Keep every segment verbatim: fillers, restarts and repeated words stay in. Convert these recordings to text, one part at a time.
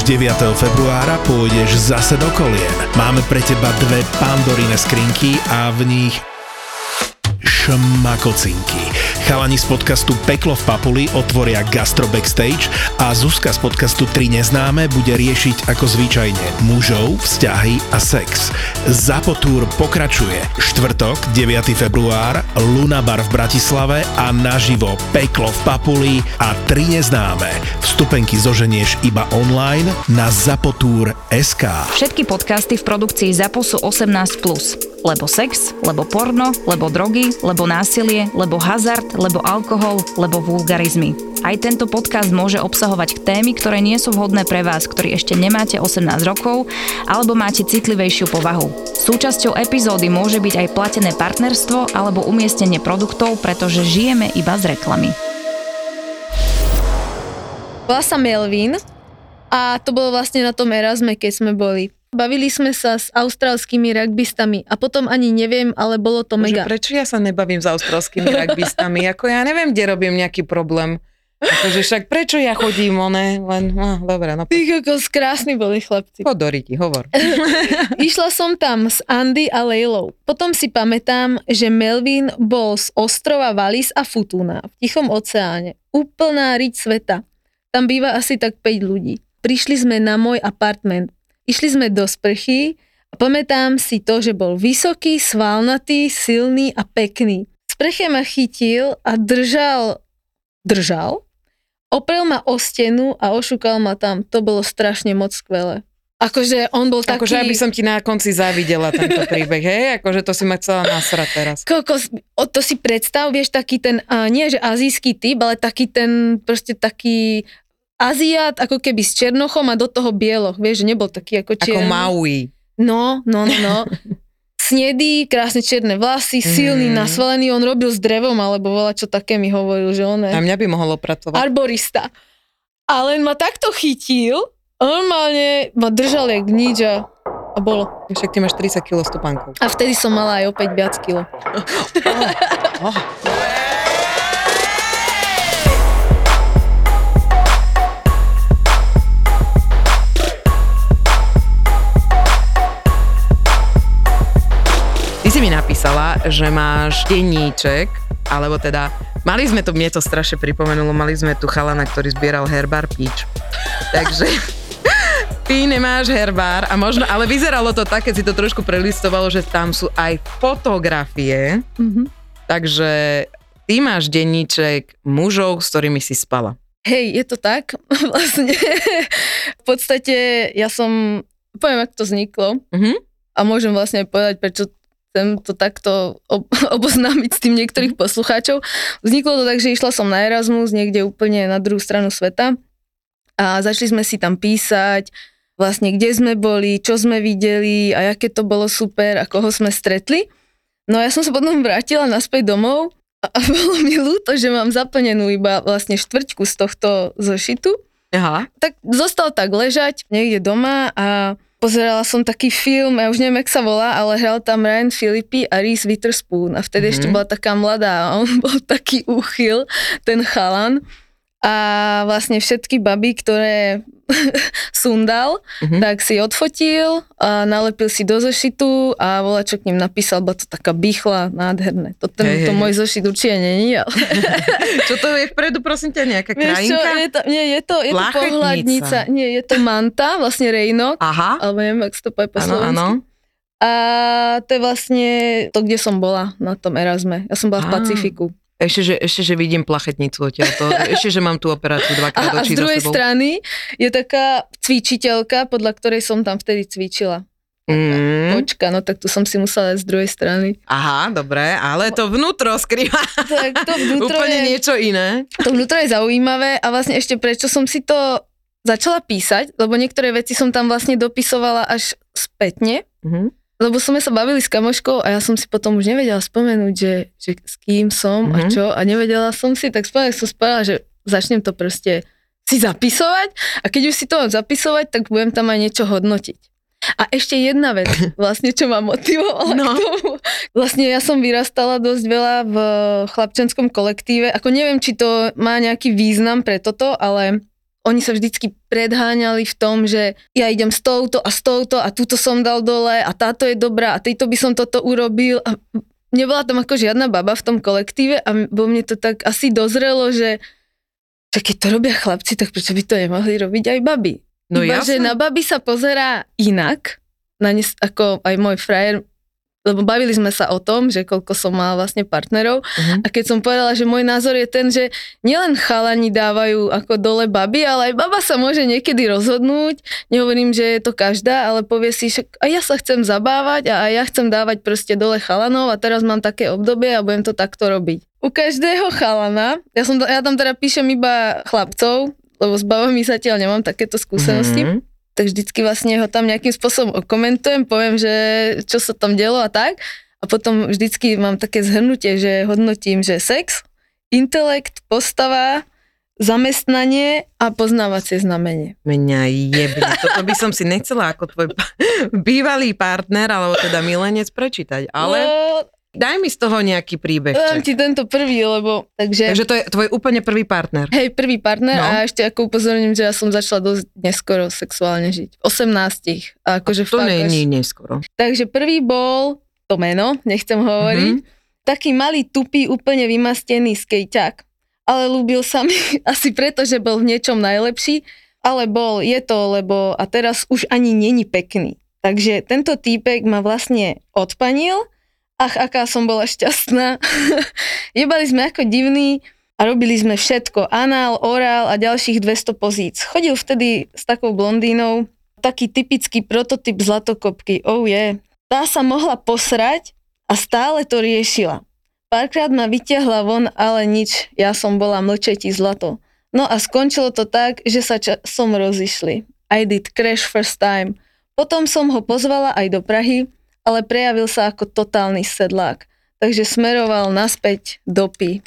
deviateho februára pôjdeš zase do kolien. Máme pre teba dve Pandorine skrinky a v nich šmakocinky. Chalani z podcastu Peklo v Papuli otvoria Gastro Backstage a Zuzka z podcastu Tri neznáme bude riešiť ako zvyčajne mužov, vzťahy a sex. Zapotúr pokračuje. Štvrtok, deviateho február, Luna Bar v Bratislave a naživo Peklo v Papuli a Tri neznáme. Vstupenky zoženieš iba online na zapotúr bodka es ká. Všetky podcasty v produkcii ZAPO sú osemnásť plus. Lebo sex, lebo porno, lebo drogy, lebo násilie, lebo hazard, lebo alkohol, lebo vulgarizmy. Aj tento podcast môže obsahovať témy, ktoré nie sú vhodné pre vás, ktorí ešte nemáte osemnásť rokov alebo máte citlivejšiu povahu. Súčasťou epizódy môže byť aj platené partnerstvo alebo umiestnenie produktov, pretože žijeme iba z reklamy. Bola sa Melvin a to bolo vlastne na tom Erasme, keď sme boli. Bavili sme sa s austrálskymi rugbystami a potom ani neviem, ale bolo to mega. Bože, prečo ja sa nebavím s austrálskymi rugbystami? Ako ja neviem, kde robím nejaký problém. Akože však prečo ja chodím, one, len, no, dobré, no. Ty kokos, krásni boli chlapci. Podori ti, hovor. Išla som tam s Andy a Leilou. Potom si pamätám, že Melvin bol z ostrova Wallis a Futuna v Tichom oceáne. Úplná riť sveta. Tam býva asi tak päť ľudí. Prišli sme na môj apartment. Išli sme do sprchy a pamätám si to, že bol vysoký, svalnatý, silný a pekný. V sprche ma chytil a držal, držal, oprel ma o stenu a ošúkal ma tam. To bolo strašne moc skvelé. Akože on bol taký... Akože aby som ti na konci závidela tento príbeh, hej? Akože to si ma chcela nasrať teraz. Kokos, to si predstav, vieš, taký ten, a nie že azijský typ, ale taký ten, proste taký... Aziat, ako keby s černochom a do toho bieloch, vieš, že nebol taký ako čierny. Ako Maui. No, no, no, no. Snedý, krásne čierne vlasy, silný, mm. nasvalený, on robil s drevom, alebo volá, čo také mi hovoril, že on je... A mňa by mohlo pracovať. Arborista. A len ma takto chytil, normálne ma držal jak nič a, a bolo. Však ty máš tridsať kilogramov stopánkov. A vtedy som mala aj opäť viac kilo. oh. Oh. Ty si mi napísala, že máš denníček, alebo teda, mali sme to, mne to strašne pripomenulo, mali sme tu chalana, ktorý zbieral herbár Peach. Takže ty nemáš herbár a možno, ale vyzeralo to tak, keď si to trošku prelistovalo, že tam sú aj fotografie. Mm-hmm. Takže ty máš denníček mužov, s ktorými si spala. Hej, je to tak, vlastne. V podstate ja som, poviem, ako to vzniklo mm-hmm. a môžem vlastne povedať, prečo chcem to takto ob- oboznámiť s tým niektorých poslucháčov. Vzniklo to tak, že išla som na Erasmus niekde úplne na druhú stranu sveta a začali sme si tam písať vlastne, kde sme boli, čo sme videli a aké to bolo super a koho sme stretli. No a ja som sa potom vrátila naspäť domov a bolo mi ľúto, že mám zaplnenú iba vlastne štvrťku z tohto zošitu. Aha. Tak zostal tak ležať niekde doma a pozerala som taký film, ja už neviem, jak sa volá, ale hral tam Ryan Phillippe a Reese Witherspoon a vtedy mm-hmm. ešte bola taká mladá a on bol taký úchyl, ten chalan. A vlastne všetky baby, ktoré sundal, mm-hmm. tak si odfotil a nalepil si do zošitu a volá, čo k ním napísal, bola to taká bichla, nádherné. To, ten, hey, to hey. Môj zošit určite není, ale... Čo to je vpredu, prosím ťa, nejaká krajinka? Vieš čo, je to, nie, je to, je to pohľadnica, nie, je to manta, vlastne rejnok, aha. alebo neviem, ak to povie po slovensky. Áno, áno. A to je vlastne to, kde som bola na tom Erasme. Ja som bola v Pacifiku. Ešte že, ešte, že vidím plachetnicu odtiaľto. Ešte, že mám tú operáciu dvakrát očí za sebou. A z druhej strany je taká cvičiteľka, podľa ktorej som tam vtedy cvičila. Mm. Počka, no tak tu som si musela z druhej strany. Aha, dobre, ale to vnútro skrýva tak to vnútro úplne je, niečo iné. To vnútro je zaujímavé a vlastne ešte prečo som si to začala písať, lebo niektoré veci som tam vlastne dopisovala až spätne. Mhm. Lebo sme sa bavili s kamoškou a ja som si potom už nevedela spomenúť, že, že s kým som mm-hmm. a čo a nevedela som si, tak spomínam som spomínala, že začnem to proste si zapisovať a keď už si to mám zapisovať, tak budem tam aj niečo hodnotiť. A ešte jedna vec, vlastne čo ma motivovala no. k tomu. Vlastne ja som vyrastala dosť veľa v chlapčenskom kolektíve, ako neviem, či to má nejaký význam pre toto, ale oni sa vždycky predháňali v tom, že ja idem s touto a s touto a túto som dal dole a táto je dobrá a tejto by som toto urobil a nebola tam ako žiadna baba v tom kolektíve a vo mne to tak asi dozrelo, že keď to robia chlapci, tak prečo by to nemohli robiť aj baby? No Iba, jasne. že na baby sa pozerá inak, na ne, ako aj môj frajer, lebo bavili sme sa o tom, že koľko som mala vlastne partnerov uh-huh. a keď som povedala, že môj názor je ten, že nielen chalani dávajú ako dole baby, ale aj baba sa môže niekedy rozhodnúť, nehovorím, že je to každá, ale povie si, že aj ja sa chcem zabávať a aj ja chcem dávať proste dole chalanov a teraz mám také obdobie a budem to takto robiť. U každého chalana, ja, som, ja tam teda píšem iba chlapcov, lebo s babami zatiaľ nemám takéto skúsenosti, mm-hmm. tak vždycky vlastne ho tam nejakým spôsobom komentujem, poviem, že čo sa tam dialo a tak. A potom vždycky mám také zhrnutie, že hodnotím, že sex, intelekt, postava, zamestnanie a poznávacie znamenie. Mňa jebne. Toto by som si nechcela ako tvoj bývalý partner, alebo teda milenec prečítať, ale... No... Daj mi z toho nejaký príbeh. Dám ti tento prvý, lebo... Takže, takže to je tvoj úplne prvý partner. Hej, prvý partner no. A ešte ako upozorním, že ja som začala dosť neskoro sexuálne žiť. osemnásť. A akože to nie je neskoro. Takže prvý bol to meno, nechcem hovoriť. Mm-hmm. Taký malý, tupý, úplne vymastený skejťak. Ale ľúbil sa mi asi preto, že bol v niečom najlepší. Ale bol, je to, lebo... A teraz už ani není pekný. Takže tento týpek ma vlastne odpanil. Ach, aká som bola šťastná. Jebali sme ako divní a robili sme všetko. Anál, orál a ďalších dvesto pozíc. Chodil vtedy s takou blondínou, taký typický prototyp zlatokopky. Oh yeah. Tá sa mohla posrať a stále to riešila. Párkrát ma vyťahla von, ale nič. Ja som bola mlčetí zlato. No a skončilo to tak, že sa časom rozišli. I did crash first time. Potom som ho pozvala aj do Prahy, ale prejavil sa ako totálny sedlák. Takže smeroval naspäť do Py.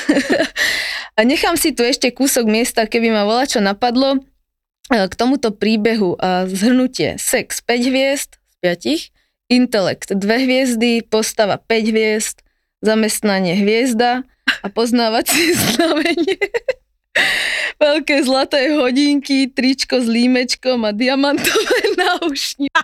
A nechám si tu ešte kúsok miesta, keby ma volačo napadlo k tomuto príbehu a zhrnutie. Sex päť hviezd z piatich, intelekt dve hviezdy, postava päť hviezd, zamestnanie hviezda a poznávacie znamenie. Veľké zlaté hodinky, tričko s límečkom a diamantové náušnice.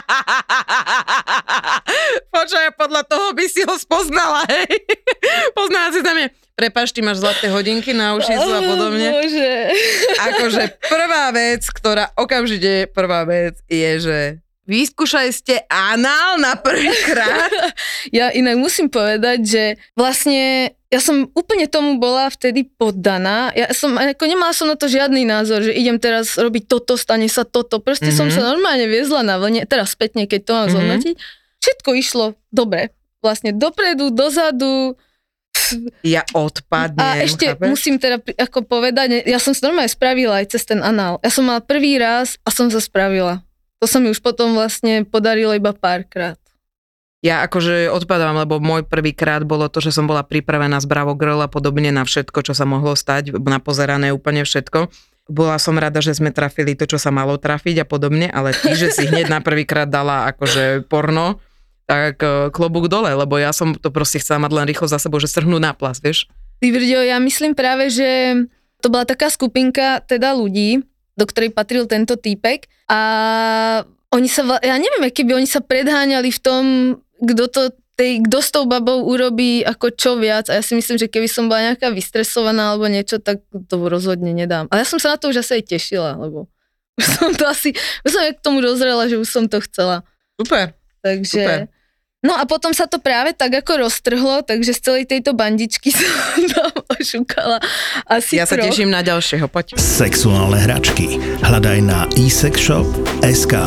Počkaj, podľa toho by si ho spoznala, hej? Poznala si tam je, prepáč, ty máš zlaté hodinky, náušnicu a podobne. Bože. Akože prvá vec, ktorá okamžite prvá vec je, že vyskúšali ste anál na prvýkrát. Ja inak musím povedať, že vlastne ja som úplne tomu bola vtedy poddaná. Ja som, ako nemala som na to žiadny názor, že idem teraz robiť toto, stane sa toto. Proste mm-hmm. som sa normálne viezla na vlne, teraz spätne, keď to mám mm-hmm. zhodnotiť. Všetko išlo dobre. Vlastne dopredu, dozadu. Ja odpadnem. A ešte chápeš? Musím teda ako povedať, ja som sa normálne spravila aj cez ten anál. Ja som mala prvý raz a som sa spravila. To sa mi už potom vlastne podarilo iba párkrát. Ja akože odpadávam, lebo môj prvýkrát bolo to, že som bola pripravená z Bravo Girl a podobne na všetko, čo sa mohlo stať, napozerané úplne všetko. Bola som rada, že sme trafili to, čo sa malo trafiť a podobne, ale ty, že si hneď na prvýkrát dala akože porno, tak klobúk dole, lebo ja som to proste chcela mať len rýchlo za sebou, že strhnú na plas, vieš? Ty Vrďo, ja myslím práve, že to bola taká skupinka teda ľudí, do ktorej patril tento týpek a oni sa, ja neviem, keby oni sa predháňali v tom, kto to, tej, kto s tou babou urobí ako čo viac a ja si myslím, že keby som bola nejaká vystresovaná alebo niečo, tak to rozhodne nedám. A ja som sa na to už asi aj tešila, lebo už som to asi, už som k tomu dozrela, že už som to chcela. Super. Takže... Super. No a potom sa to práve tak ako roztrhlo, takže z celej tejto bandičky som tam ošúkala asi Ja sa troch. teším na ďalšieho, poď. Sexuálne hračky. Hľadaj na e sex shop bodka es ká.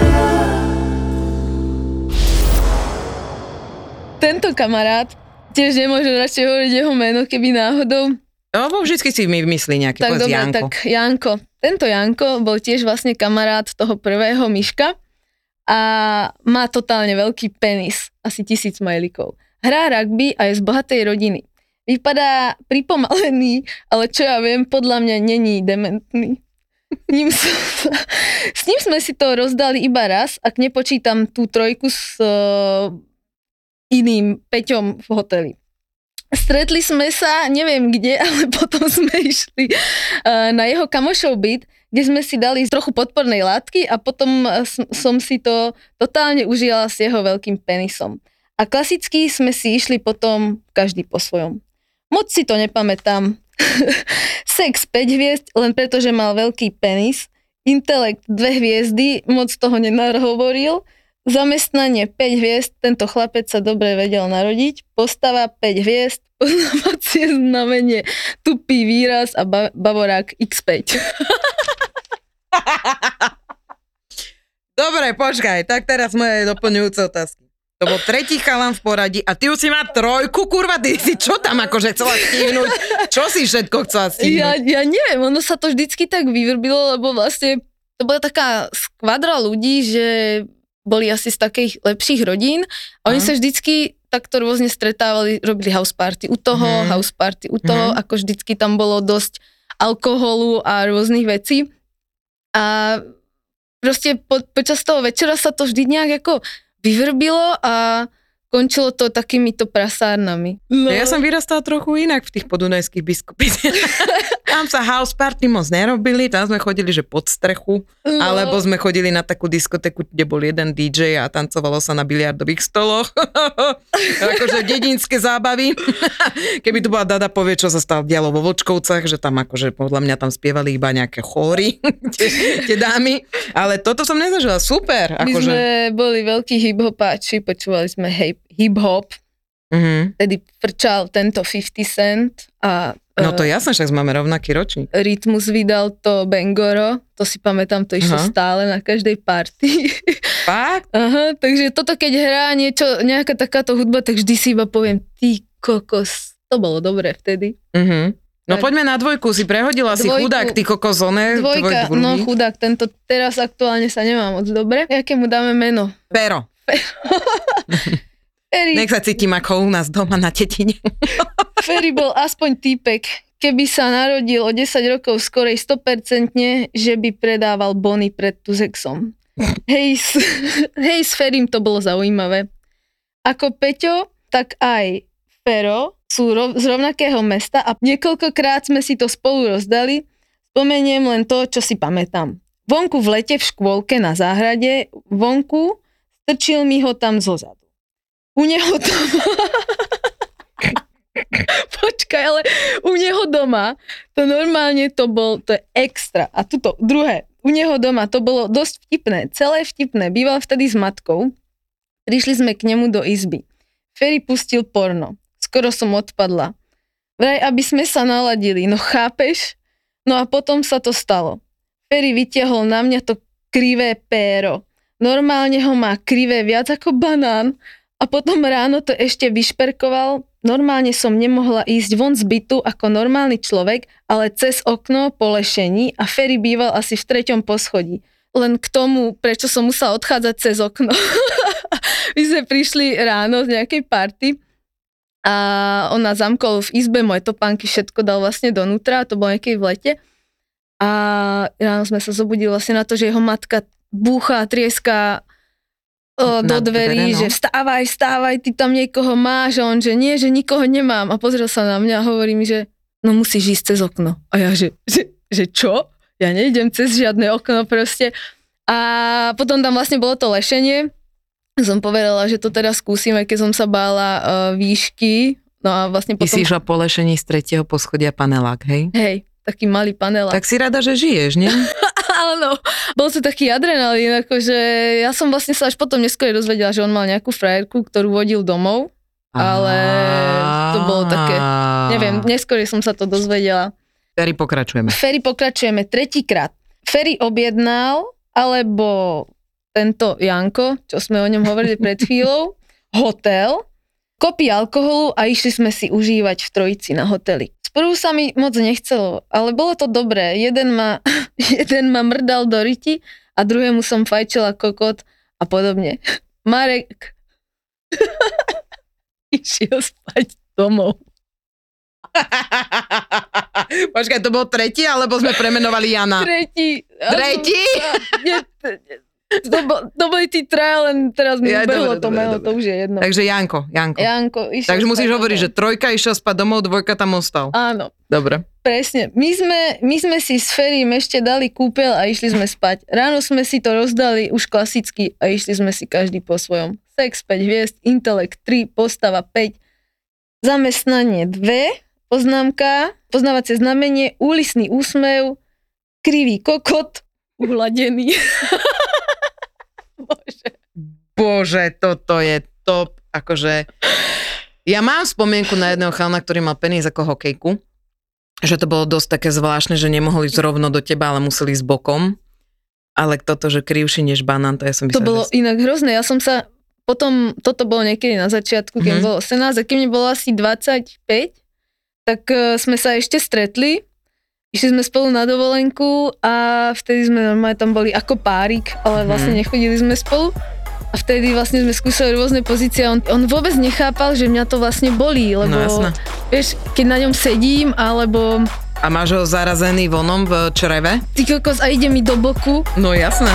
Tento kamarát, tiež nemôžem radšej hovoriť jeho meno, keby náhodou. No, vždycky si mi vymyslí nejaký, Tak povedz dobre, Janko. tak Janko. Tento Janko bol tiež vlastne kamarát toho prvého Miška a má totálne veľký penis, asi tisíc smajlikov. Hrá rugby a je z bohatej rodiny. Vypadá pripomalený, ale čo ja viem, podľa mňa není dementný. S ním, sa, s ním sme si to rozdali iba raz, ak nepočítam tú trojku s uh, iným Peťom v hoteli. Stretli sme sa, neviem kde, ale potom sme išli uh, na jeho kamošov byt, kde sme si dali trochu podpornej látky a potom som si to totálne užila s jeho veľkým penisom. A klasicky sme si išli potom každý po svojom. Moc si to nepamätám. Sex päť hviezd, len preto, že mal veľký penis. Intelekt dve hviezdy, moc toho nenahovoril. Zamestnanie päť hviezd, tento chlapec sa dobre vedel narodiť. Postava päť hviezd, poznávacie znamenie, tupý výraz a ba- bavorák iks päť. Dobre, počkaj, tak teraz moje doplňujúce otázky. To bol tretí chalan v poradí a ty už si má trojku, kurva, ty si čo tam akože chcela stihnúť? Čo si všetko chcela stihnúť? Ja, ja neviem, ono sa to vždycky tak vyvrbilo, lebo vlastne to bola taká skvadra ľudí, že boli asi z takých lepších rodín a oni uh-huh. sa vždycky takto rôzne stretávali, robili house party. U toho uh-huh. house party, u toho, uh-huh. ako vždycky tam bolo dosť alkoholu a rôznych vecí. A proste po, počas toho večera sa to vždy nejak ako vyvrbilo a končilo to takýmito prasárnami. No. Ja som vyrastala trochu inak v tých podunajských biskupiciach. Tam sa house party moc nerobili, tam sme chodili, že pod strechu, no. alebo sme chodili na takú diskotéku, kde bol jeden dý džej a tancovalo sa na biliardových stoloch. Akože dedinské zábavy. Keby tu bola Dada, povie, čo sa stalo dialo vo Vlčkovcach, že tam akože podľa mňa tam spievali iba nejaké chóry, tie, tie dámy. Ale toto som nezažila, super. My akože... sme boli veľkí hip-hopáči, počúvali sme hej, hip-hop. Mm-hmm. Tedy frčal tento fifty cent a no to jasné, však máme rovnaký ročník. Rytmus vydal to Bangoro, to si pamätám, to išlo uh-huh. stále na každej party. Fakt? Aha, takže toto keď hrá niečo, nejaká takáto hudba, tak vždy si iba poviem, ty kokos, to bolo dobré vtedy. Uh-huh. No tak, poďme na dvojku, si prehodila dvojku, si chudák, ty kokos, one. Dvojka, no chudák, tento teraz aktuálne sa nemá moc dobre. Jaké mu dáme meno? Pero. Ferry. Nech sa cítim ako u nás doma na tetine. Ferry bol aspoň týpek, keby sa narodil o desať rokov skorej sto percent, že by predával bony pred Tuzexom. Hej, s, hej, s Ferrym to bolo zaujímavé. Ako Peťo, tak aj Fero sú rov, z rovnakého mesta a niekoľkokrát sme si to spolu rozdali. Spomeniem len to, čo si pamätám. Vonku v lete v škôlke na záhrade, vonku strčil mi ho tam zozadu. U neho doma, počkaj, ale u neho doma, to normálne to bol, to je extra. A tuto druhé, u neho doma to bolo dosť vtipné, celé vtipné. Býval vtedy s matkou, prišli sme k nemu do izby. Ferry pustil porno, skoro som odpadla. Vraj, aby sme sa naladili, no chápeš? No a potom sa to stalo. Ferry vytiahol na mňa to krivé péro. Normálne ho má krivé viac ako banán. A potom ráno to ešte vyšperkoval. Normálne som nemohla ísť von z bytu ako normálny človek, ale cez okno po lešení a Ferry býval asi v treťom poschodí. Len k tomu, prečo som musela odchádzať cez okno. My sme prišli ráno z nejakej party a on nás zamkol v izbe, moje topánky, všetko dal vlastne donútra, to bolo niekej v lete. A ráno sme sa zobudili vlastne na to, že jeho matka búcha, trieska O, do dverí, dvere, no. Že vstávaj, vstávaj, ty tam niekoho máš, a on, že nie, že nikoho nemám. A pozrel sa na mňa a hovorí mi, že no musíš ísť cez okno. A ja, že, že, že čo? Ja nejdem cez žiadne okno proste. A potom tam vlastne bolo to lešenie. Som povedala, že to teda skúsim, aj keď som sa bála uh, výšky. No a vlastne potom... Ty si išla po lešení z tretieho poschodia panelák, hej? Hej, taký malý panelák. Tak si rada, že žiješ, nie? Áno, bol to taký adrenalín, akože ja som vlastne sa až potom neskôr dozvedela, že on mal nejakú frajerku, ktorú vodil domov, ale to bolo také, neviem, neskôr som sa to dozvedela. Ferry pokračujeme. Ferry pokračujeme tretíkrát. Ferry objednal, alebo tento Janko, čo sme o ňom hovorili pred chvíľou, hotel, kopy alkoholu a išli sme si užívať v trojici na hoteli. Sprvu sa mi moc nechcelo, ale bolo to dobré. Jeden ma, jeden ma mrdal do ryti a druhému som fajčila kokot a podobne. Marek išiel spať domov. Počkaj, to bol tretí, alebo sme premenovali Jana? Tretí. Tretí? To, bol, to boli tí traja, len teraz mi ja, ubehlo to meno, to už je jedno. Takže Janko, Janko. Janko Takže musíš hovoriť, že trojka išla spať domov, dvojka tam ostal. Áno. Dobre. Presne. My sme, my sme si s Ferím ešte dali kúpeľ a išli sme spať. Ráno sme si to rozdali už klasicky a išli sme si každý po svojom. Sex päť hviezd, intelekt tri, postava päť, zamestnanie dve, poznámka, poznávacie znamenie, úlisný úsmev, krivý kokot, uhladený. Bože. Bože, toto je top, akože... Ja mám spomienku na jedného chalana, ktorý mal penis ako hokejku, že to bolo dosť také zvláštne, že nemohli ísť rovno do teba, ale museli ísť bokom. Ale toto, že krivší než banán, to ja som myslela, to bolo že... inak hrozné. Ja som sa potom, toto bolo niekedy na začiatku, keď mm-hmm. bolo osemnásť, a keď mi bolo asi dvadsaťpäť, tak uh, sme sa ešte stretli. Išli sme spolu na dovolenku a vtedy sme normálne tam boli ako párik, ale vlastne nechodili sme spolu. A vtedy vlastne sme skúšali rôzne pozície a on, on vôbec nechápal, že mňa to vlastne bolí, lebo no, vieš, keď na ňom sedím, alebo... A máš ho zarazený vonom v čreve? Ty kokos, a ide mi do boku. No jasné.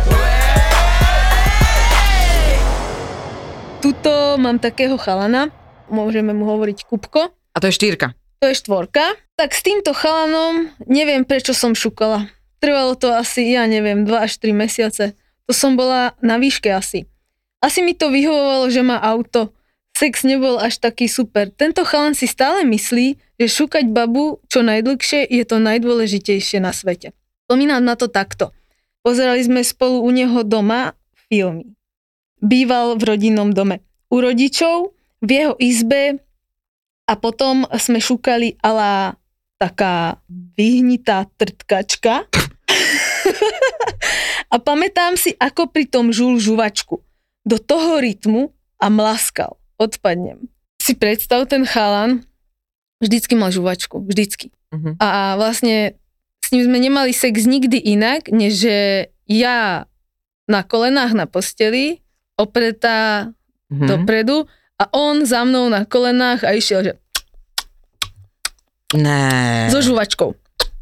Tuto mám takého chalana, môžeme mu hovoriť Kupko. A to je štyrka. To je štvorka. Tak s týmto chalanom neviem, prečo som šukala. Trvalo to asi, ja neviem, dva až tri mesiace. To som bola na výške asi. Asi mi to vyhovovalo, že má auto. Sex nebol až taký super. Tento chalan si stále myslí, že šukať babu čo najdlhšie je to najdôležitejšie na svete. Spomínam na to takto. Pozerali sme spolu u neho doma filmy. Býval v rodinnom dome. U rodičov, v jeho izbe a potom sme šukali ala taká vyhnitá trtkačka. A pamätám si, ako pri tom žul žuvačku. Do toho rytmu a mlaskal. Odpadnem. Si predstav, ten chalan vždycky mal žuvačku. Vždycky. Uh-huh. A vlastne s ním sme nemali sex nikdy inak, než že ja na kolenách na posteli, opretá uh-huh. dopredu a on za mnou na kolenách a išiel, že Né. so žuvačkou.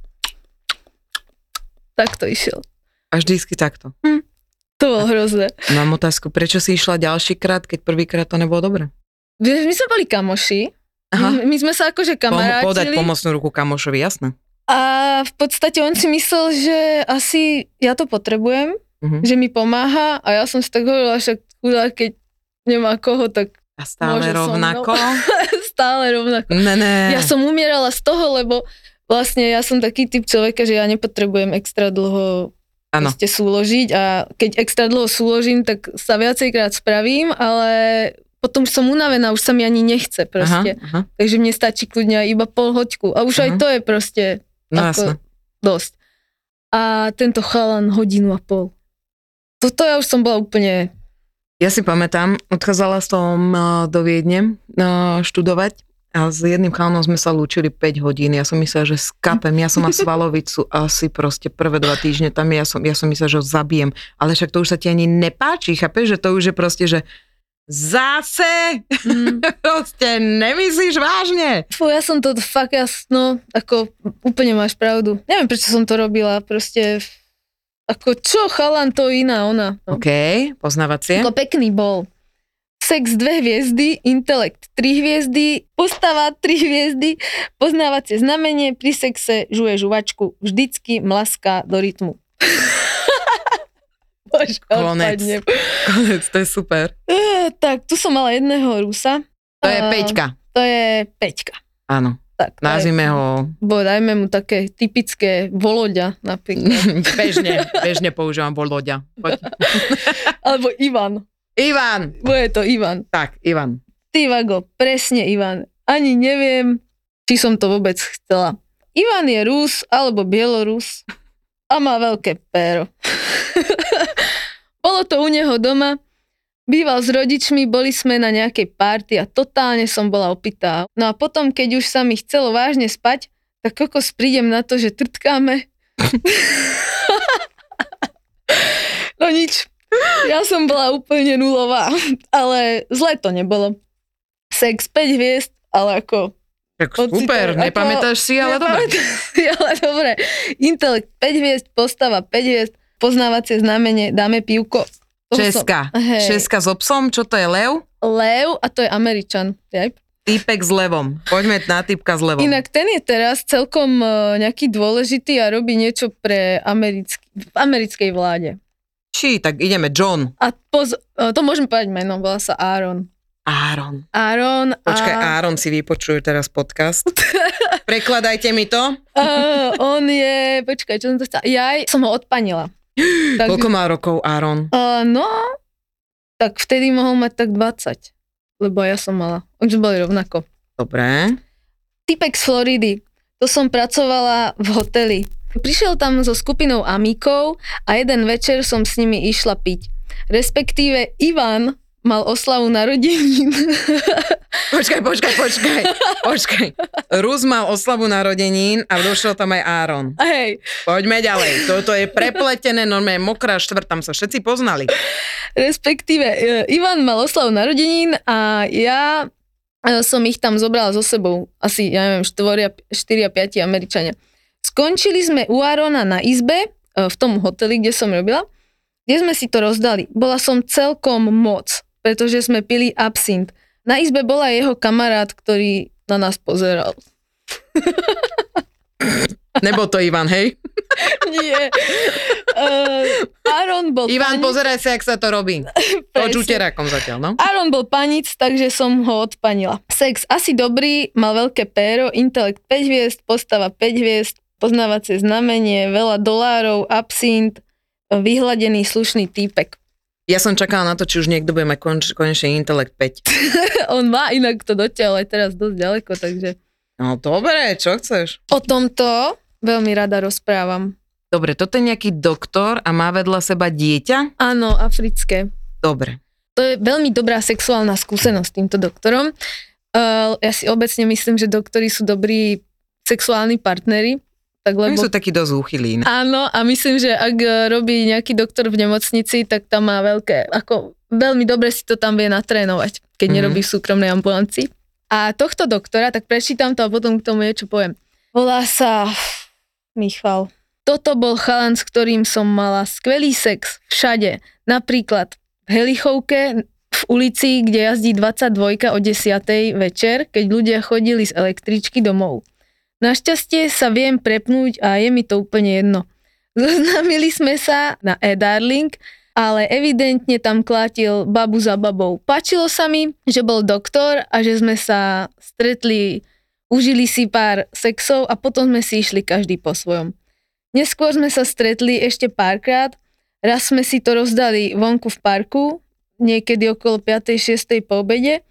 Tak to išiel. A vždycky takto. Hm, to bolo hrozné. Mám otázku, prečo si išla ďalší krát, keď prvýkrát to nebolo dobre? My sme boli kamoši. My, my sme sa akože kamarátili. Pom- podať pomocnú ruku kamošovi, jasné. A v podstate on si myslel, že asi ja to potrebujem, uh-huh. že mi pomáha a ja som si tak hovorila, že chudá, keď nemá koho, tak a stále rovnako? Stále rovnako. Ne, ne. Ja som umierala z toho, lebo vlastne ja som taký typ človeka, že ja nepotrebujem extra dlho ste súložiť a keď extra dlho súložím, tak sa viacejkrát spravím, ale potom som unavená, už sa mi ani nechce proste. Aha, aha. Takže mne stačí kľudne iba pol hoďku a už aha. aj to je proste no, ako dosť. A tento chalan hodinu a pol. Toto ja už som bola úplne... Ja si pamätám, odchádzala som do Viedne študovať a s jedným chalanom sme sa lúčili päť hodín. Ja som myslela, že skapem, ja som mal svalovicu asi proste prvé dva týždne tam, ja som, ja som myslela, že ho zabijem. Ale však to už sa ti ani nepáči, chápeš, že to už je proste, že zase, mm. proste nemyslíš vážne. Fú, ja som to fakt jasno, ako úplne máš pravdu. Neviem, prečo som to robila, proste ako čo, chalan to iná ona. No. OK, poznávacie. Ako pekný bol. Sex dve hviezdy, intelekt tri hviezdy, postava tri hviezdy, poznávacie znamenie, pri sexe žuje žuvačku, vždycky mlaská do rytmu. Bož, konec, konec, to je super. Uh, tak, tu som mala jedného Rusa. To je uh, Peťka. To je Peťka. Áno. Tak, nazvime je, ho... Bo dajme mu také typické Voloďa napríklad. bežne, bežne používam Voloďa. Poď. Alebo Ivan. Ivan. Bude to Ivan. Tak, Ivan. Ty Vago, presne Ivan. Ani neviem, či som to vôbec chcela. Ivan je Rus alebo Bielorus a má veľké péro. Bolo to u neho doma, býval s rodičmi, boli sme na nejakej party a totálne som bola opitá. No a potom, keď už sa mi chcelo vážne spať, tak kokos prídem na to, že trtkáme. No nič. Ja som bola úplne nulová, ale zle to nebolo. Sex päť hviezd, ale ako... Tak super, ako, nepamätáš si, ale dobre. Si, ale dobre. Intelekt päť hviezd, postava päť hviezd, poznávacie znamenie, dáme pivko. Česka. Česka s obsom, čo to je lev? Lev a to je Američan. Yep. Týpek s levom. Poďme na týpka s levom. Inak ten je teraz celkom nejaký dôležitý a robí niečo pre americký, v americkej vláde. Či, tak ideme, John. A poz, to môžem povedať meno, volá sa Aaron. Aaron. Aaron. Počkaj, a... Aaron si vypočuje teraz podcast. Prekladajte mi to. Uh, on je, počkaj, čo som to stala? Ja som ho odpanila. Tak... Koľko má rokov Aaron? Uh, no, tak vtedy mohol mať tak dvadsať. Lebo ja som mala. Oni sme boli rovnako. Dobre. Typek z Floridy. To som pracovala v hoteli. Prišiel tam so skupinou amíkov a jeden večer som s nimi išla piť. Respektíve Ivan mal oslavu narodenín. Počkaj, počkaj, počkaj. Počkaj. Rus mal oslavu narodenín a došiel tam aj Aaron. Hej. Poďme ďalej. Toto je prepletené, normálne mokrá štvrt, tam sa všetci poznali. Respektíve Ivan mal oslavu narodenín a ja som ich tam zobrala so sebou. Asi, ja neviem, štyri a päť Američania. Skončili sme u Aarona na izbe, v tom hoteli, kde som robila, kde sme si to rozdali. Bola som celkom moc, pretože sme pili absint. Na izbe bola jeho kamarát, ktorý na nás pozeral. Nebol to Ivan, hej? Nie. Uh, Aaron bol Ivan, panic. Pozeraj sa, jak sa to robí. Poď úterakom zatiaľ, no. Aaron bol panic, takže som ho odpanila. Sex asi dobrý, mal veľké péro, intelekt päť hviezd, postava päť hviezd, poznávacie znamenie, veľa dolárov, absint, vyhladený, slušný týpek. Ja som čakala na to, či už niekto bude mať konč, konečne intelekt päť. On má inak to dotiaľ aj teraz dosť ďaleko, takže... No dobre, čo chceš? O tomto veľmi rada rozprávam. Dobre, toto je nejaký doktor a má vedľa seba dieťa? Áno, africké. Dobre. To je veľmi dobrá sexuálna skúsenosť s týmto doktorom. Uh, ja si obecne myslím, že doktori sú dobrí sexuálni partneri. Tak, lebo... Oni sú takí dosť úchylí. Áno, a myslím, že ak robí nejaký doktor v nemocnici, tak tam má veľké, ako veľmi dobre si to tam vie natrénovať, keď mm-hmm. nerobí v súkromnej ambulancii. A tohto doktora, tak prečítam to a potom k tomu niečo poviem. Volá sa Michal. Toto bol chalan, s ktorým som mala skvelý sex všade. Napríklad v helichovke, v ulici, kde jazdí dvadsaťdvojka o desiatej večer, keď ľudia chodili z električky domov. Našťastie sa viem prepnúť a je mi to úplne jedno. Zoznámili sme sa na e-darling, ale evidentne tam klátil babu za babou. Páčilo sa mi, že bol doktor a že sme sa stretli, užili si pár sexov a potom sme si išli každý po svojom. Neskôr sme sa stretli ešte párkrát, raz sme si to rozdali vonku v parku, niekedy okolo piatej šiestej po obede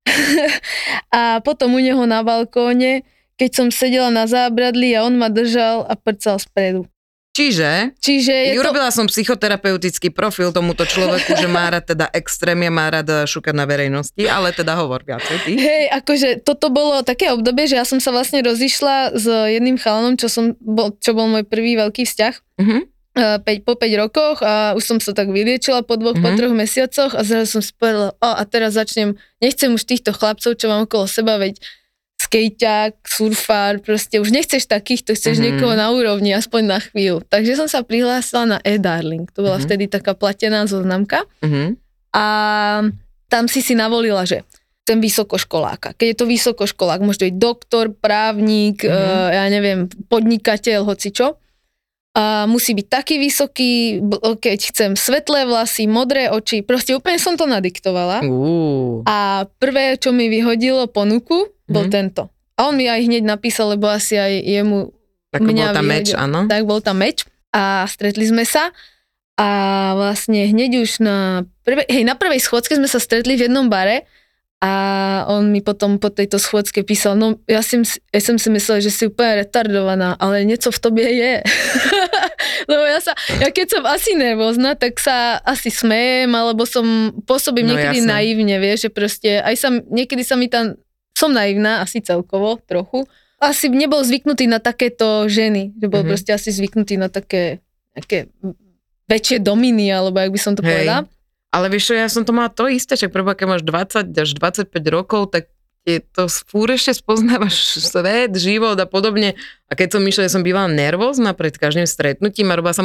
a potom u neho na balkóne, keď som sedela na zábradlí a on ma držal a prcal spredu. Čiže, Čiže je urobila to... som psychoterapeutický profil tomuto človeku, že má rád teda extrémie, má rád šukať na verejnosti, ale teda hovor viacej ty. Hej, akože toto bolo také obdobie, že ja som sa vlastne rozišla s jedným chalanom, čo, som bol, čo bol môj prvý veľký vzťah. Uh-huh. päť, po päť rokoch a už som sa tak vyliečila po dvoch, uh-huh. po troch mesiacoch a zrazu som si povedala, o, a teraz začnem, nechcem už týchto chlapcov, čo mám okolo seba, veď skejťák, surfár, proste už nechceš takých, to chceš mm-hmm. niekoho na úrovni, aspoň na chvíľu. Takže som sa prihlásila na e-darling, to bola mm-hmm. vtedy taká platená zoznamka mm-hmm. a tam si si navolila, že ten vysokoškoláka. Keď je to vysokoškolák, môže to byť doktor, právnik, mm-hmm. uh, ja neviem, podnikateľ, hocičo. A musí byť taký vysoký, keď chcem svetlé vlasy, modré oči, proste úplne som to nadiktovala. Uh. A prvé, čo mi vyhodilo ponuku, bol mm-hmm. tento. A on mi aj hneď napísal, lebo asi aj jemu tak mňa bol tam meč, áno? Tak bol tam meč a stretli sme sa a vlastne hneď už na prvej, hej, na prvej schôdzke sme sa stretli v jednom bare a on mi potom po tejto schôdzke písal, no ja, si, ja som si myslela, že si úplne retardovaná, ale niečo v tobie je. Lebo ja sa, ja keď som asi nervózna, tak sa asi smejem, alebo som pôsobím no, niekedy jasne. naivne, vieš, že proste aj sa, niekedy sa mi tam, som naivná, asi celkovo, trochu. Asi nebol zvyknutý na takéto ženy, že bol mm-hmm. proste asi zvyknutý na také, také väčšie dominy, alebo jak by som to Hej. povedala. Ale vieš čo, ja som to mala to isté, že prvá, keď máš dvadsať až dvadsaťpäť rokov, tak je to fúr ešte spoznávaš svet, život a podobne. A keď som myšla, že som bývala nervózna pred každým stretnutím a robila som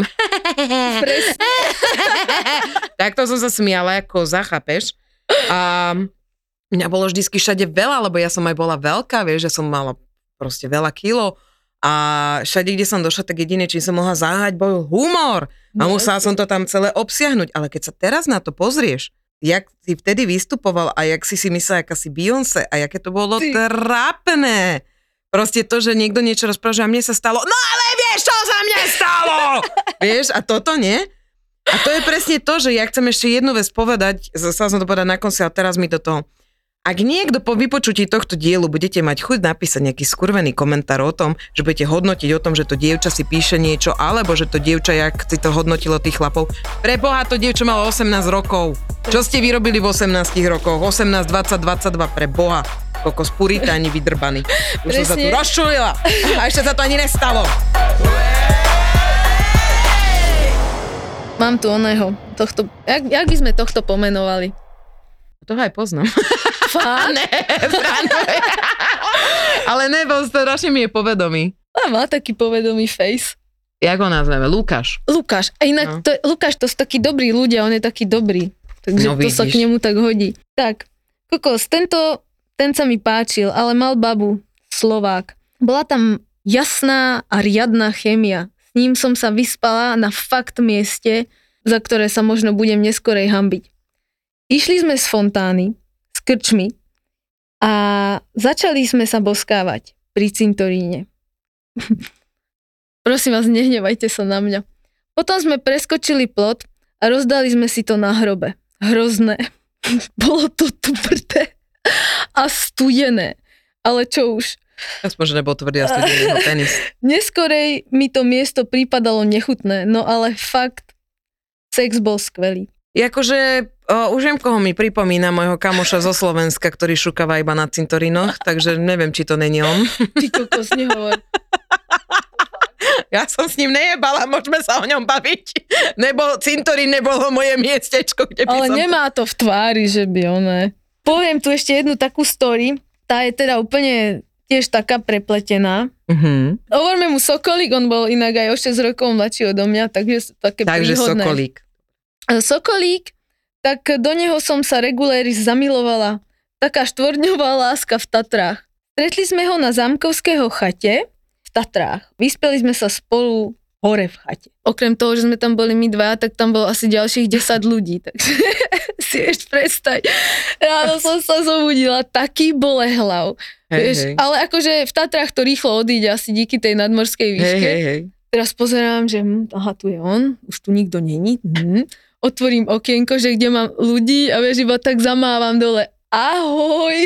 Takto som sa smiala, ako zachápeš. A mňa bolo vždycky všade veľa, lebo ja som aj bola veľká, vieš, že som mala proste veľa kilo a všade, kde som došla, tak jedine, čím som mohla zahájať, bol humor. A musela som to tam celé obsiahnuť. Ale keď sa teraz na to pozrieš, jak si vtedy vystupoval a jak si si myslela, aká si Beyoncé a jaké to bolo Ty. trápne. Proste to, že niekto niečo rozpráva, že a mne sa stalo, no ale vieš, čo sa mne stalo? Vieš, a toto nie? A to je presne to, že ja chcem ešte jednu vec povedať, chcela som to povedať na konci, ale teraz mi do toho. Ak niekto po vypočutí tohto dielu budete mať chuť napísať nejaký skurvený komentár o tom, že budete hodnotiť o tom, že to dievča si píše niečo, alebo že to dievča, jak si to hodnotilo tých chlapov. Preboha, to dievča malo osemnásť rokov. Čo ste vyrobili v osemnástich rokoch? osemnásť, dvadsať, dvadsaťdva, preboha. Kokos puritáni vydrbaní. Už som sa tu rozčulila. A ešte sa to ani nestalo. Mám tu oného, tohto, jak, jak by sme tohto pomenovali? Toho aj poznám. Fakt? Ne, ale nebol, strašne mi je povedomý. A má taký povedomý face. Jak ho nazveme? Lukáš. Lukáš. A inak, no. to, Lukáš, to sú takí dobrí ľudia, on je taký dobrý. Takže no, to sa k nemu tak hodí. Tak, kokos, tento, ten sa mi páčil, ale mal babu, Slovák. Bola tam jasná a riadna chémia. S ním som sa vyspala na fakt mieste, za ktoré sa možno budem neskorej hanbiť. Išli sme z fontány, s krčmi a začali sme sa boskávať pri cintoríne. Prosím vás, nehnevajte sa na mňa. Potom sme preskočili plot a rozdali sme si to na hrobe. Hrozné. Bolo to tvrdé a studené. Ale čo už. Aspoň, že nebol tvrdý a studený jeho penis. Neskorej mi to miesto prípadalo nechutné, no ale fakt, sex bol skvelý. Jakože, o, už viem, koho mi pripomína, môjho kamoša zo Slovenska, ktorý šukáva iba na cintorínoch, takže neviem, či to není on. Ty kokos, nehovor. Ja som s ním nejebala, môžeme sa o ňom baviť. Nebol, cintorín nebolo moje miestečko, kde by Ale som... Ale nemá to v tvári, že by oné. Poviem tu ešte jednu takú story, tá je teda úplne tiež taká prepletená. Uh-huh. Hovorme mu Sokolík, on bol inak aj o šesť rokov mladší odo mňa, takže také takže príhodné. Sokolík. Sokolík, tak do neho som sa reguléri zamilovala. Taká štvorňová láska v Tatrách. Stretli sme ho na Zámkovského chate v Tatrách. Vyspeli sme sa spolu hore v chate. Okrem toho, že sme tam boli my dvaja, tak tam bolo asi ďalších desať ľudí. Takže si ešte predstaň. Ráno som sa zobudila, taký bolehlav. Hej, vieš, hej. Ale akože v Tatrách to rýchlo odíde asi díky tej nadmorskej výške. Hej, hej, hej. Teraz pozerám, že hm, aha, tu je on, už tu nikto není. Hm. Otvorím okienko, že kde mám ľudí a vieš, iba tak zamávam dole. Ahoj!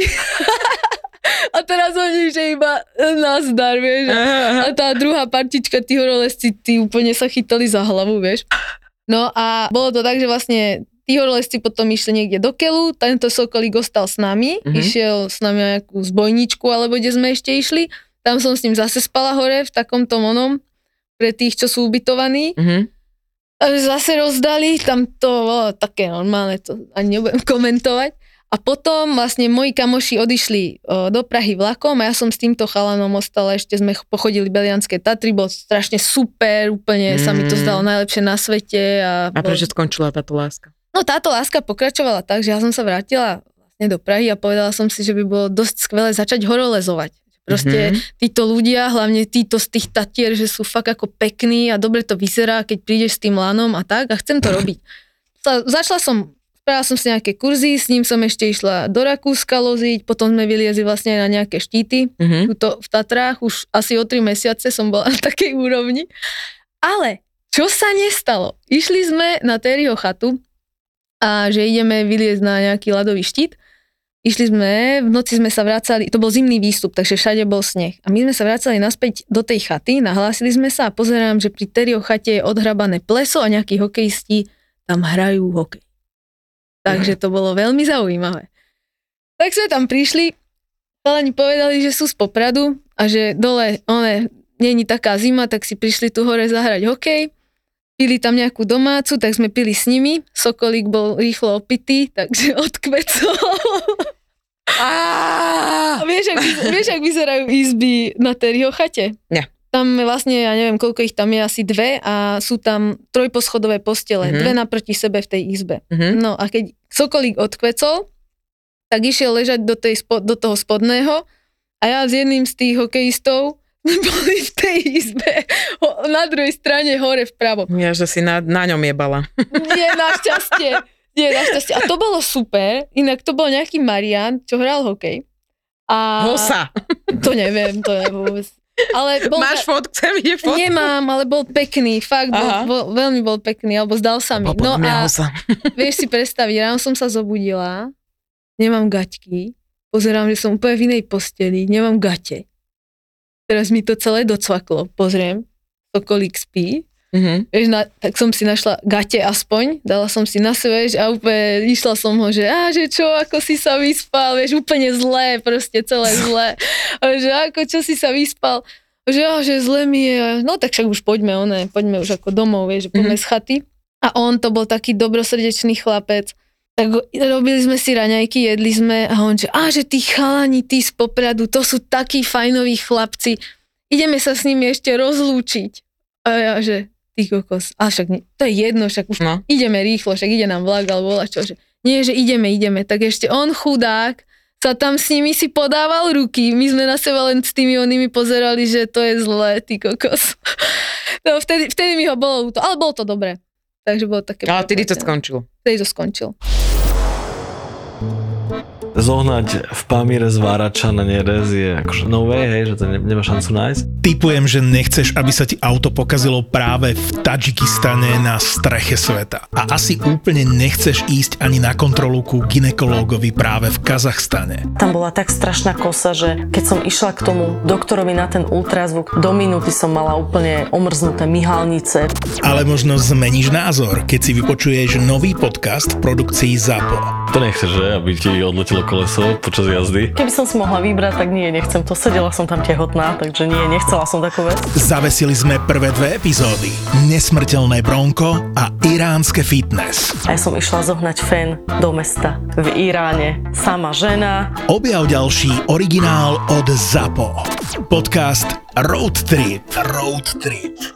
A teraz oni, že iba nazdar, vieš. A tá druhá partička, tí horolezci, tí úplne sa chytali za hlavu, vieš. No a bolo to tak, že vlastne tí horolezci potom išli niekde do keľu, tento Sokolík ostal s nami, mm-hmm. išiel s nami na nejakú zbojničku, alebo kde sme ešte išli. Tam som s ním zase spala hore v takomto monom, pre tých, čo sú ubytovaní. Mm-hmm. Zase rozdali, tam to bolo také normálne, to ani nebudem komentovať. A potom vlastne moji kamoši odišli o, do Prahy vlakom a ja som s týmto chalanom ostala, ešte sme pochodili Belianské Tatry, bolo strašne super, úplne mm. sa mi to zdalo najlepšie na svete. A, a prečo skončila táto láska? No táto láska pokračovala tak, že ja som sa vrátila vlastne do Prahy a povedala som si, že by bolo dosť skvelé začať horolezovať. Proste mm-hmm. títo ľudia, hlavne títo z tých Tatier, že sú fakt ako pekní a dobre to vyzerá, keď prídeš s tým lanom a tak a chcem to robiť. Začala som, spravila som si nejaké kurzy, s ním som ešte išla do Rakúska loziť, potom sme vyliezli vlastne na nejaké štíty, mm-hmm. tuto v Tatrách, už asi o tri mesiace som bola na takej úrovni. Ale čo sa nestalo? Išli sme na Terryho chatu a že ideme vyliezť na nejaký ľadový štít. Išli sme, v noci sme sa vracali, to bol zimný výstup, takže všade bol sneh. A my sme sa vracali naspäť do tej chaty, nahlásili sme sa a pozerám, že pri Terryho chate je odhrabané pleso a nejakí hokejisti tam hrajú hokej. Takže to bolo veľmi zaujímavé. Tak sme tam prišli, chalani povedali, že sú z Popradu a že dole, one, není taká zima, tak si prišli tu hore zahrať hokej. Pili tam nejakú domácu, tak sme pili s nimi. Sokolík bol rýchlo opitý, takže odkvecol. A vieš, ak, vieš, ak vyzerajú izby na Terryho chate? Nie. tam vlastne, ja neviem, koľko ich tam je, asi dve a sú tam trojposchodové postele, mm-hmm. dve naproti sebe v tej izbe. Mm-hmm. No a keď sokolík odkvecol, tak išiel ležať do, tej, do toho spodného a ja s jedným z tých hokejistov boli v tej izbe na druhej strane hore vpravo. Ja, že si na, na ňom jebala. Nie, našťastie. Nie, našťastie. A to bolo super, inak to bol nejaký Marian, čo hral hokej. A... Hosa. To neviem, to je vôbec. Ale bol Máš za... fotku? Chcem vidieť fotku. Nemám, ale bol pekný, fakt, bol, bol, veľmi bol pekný, alebo zdal sa mi. No a hosa. Vieš si predstaviť, ráno som sa zobudila, nemám gaťky, pozerám, že som úplne v inej posteli, nemám gate. Teraz mi to celé docvaklo, pozriem, sokolík spí, mm-hmm. vieš, na, tak som si našla gate aspoň, dala som si na sebe, vieš, a úplne išla som ho, že á, že čo, ako si sa vyspal, vieš, úplne zlé, proste celé zlé, a že ako, čo si sa vyspal, že á, že zle mi je, no tak však už poďme, one, poďme už ako domov, vieš, že poďme mm-hmm. z chaty, a on to bol taký dobrosrdečný chlapec, tak robili sme si raňajky, jedli sme a on že, á, že tí chalani, tí z Popradu, to sú takí fajnoví chlapci, ideme sa s nimi ešte rozlúčiť. A ja, že ty kokos, a však nie, to je jedno, však už no. ideme rýchlo, však ide nám vlak, alebo voľa čo, že nie, že ideme, ideme, tak ešte on chudák sa tam s nimi si podával ruky, my sme na seba len s tými onými pozerali, že to je zlé, ty kokos. No vtedy, vtedy mi ho bolo to, ale bolo to dobré. Takže bolo také... Ale tedy to skončilo. Tedy to skončilo. Zohnať v Pamíre z Várača na Nerez je akože no way, hej, že to ne, nemá šancu nájsť. Tipujem, že nechceš, aby sa ti auto pokazilo práve v Tadžikistane na streche sveta. A asi úplne nechceš ísť ani na kontrolu ku gynekológovi práve v Kazachstane. Tam bola tak strašná kosa, že keď som išla k tomu doktorovi na ten ultrazvuk, do minúty som mala úplne omrznuté myhalnice. Ale možno zmeníš názor, keď si vypočuješ nový podcast v produkcii ZAPO. To nechceš, že? Aby ti odletelo koleso počas jazdy? Keby som si mohla vybrať, tak nie, nechcem to. Sedela som tam tehotná, takže nie, nechcela som takú vec. Zavesili sme prvé dve epizódy. Nesmrteľné bronko a iránske fitness. A ja som išla zohnať fen do mesta v Iráne. Sama žena. Objav ďalší originál od ZAPO. Podcast Road Trip. Road Trip.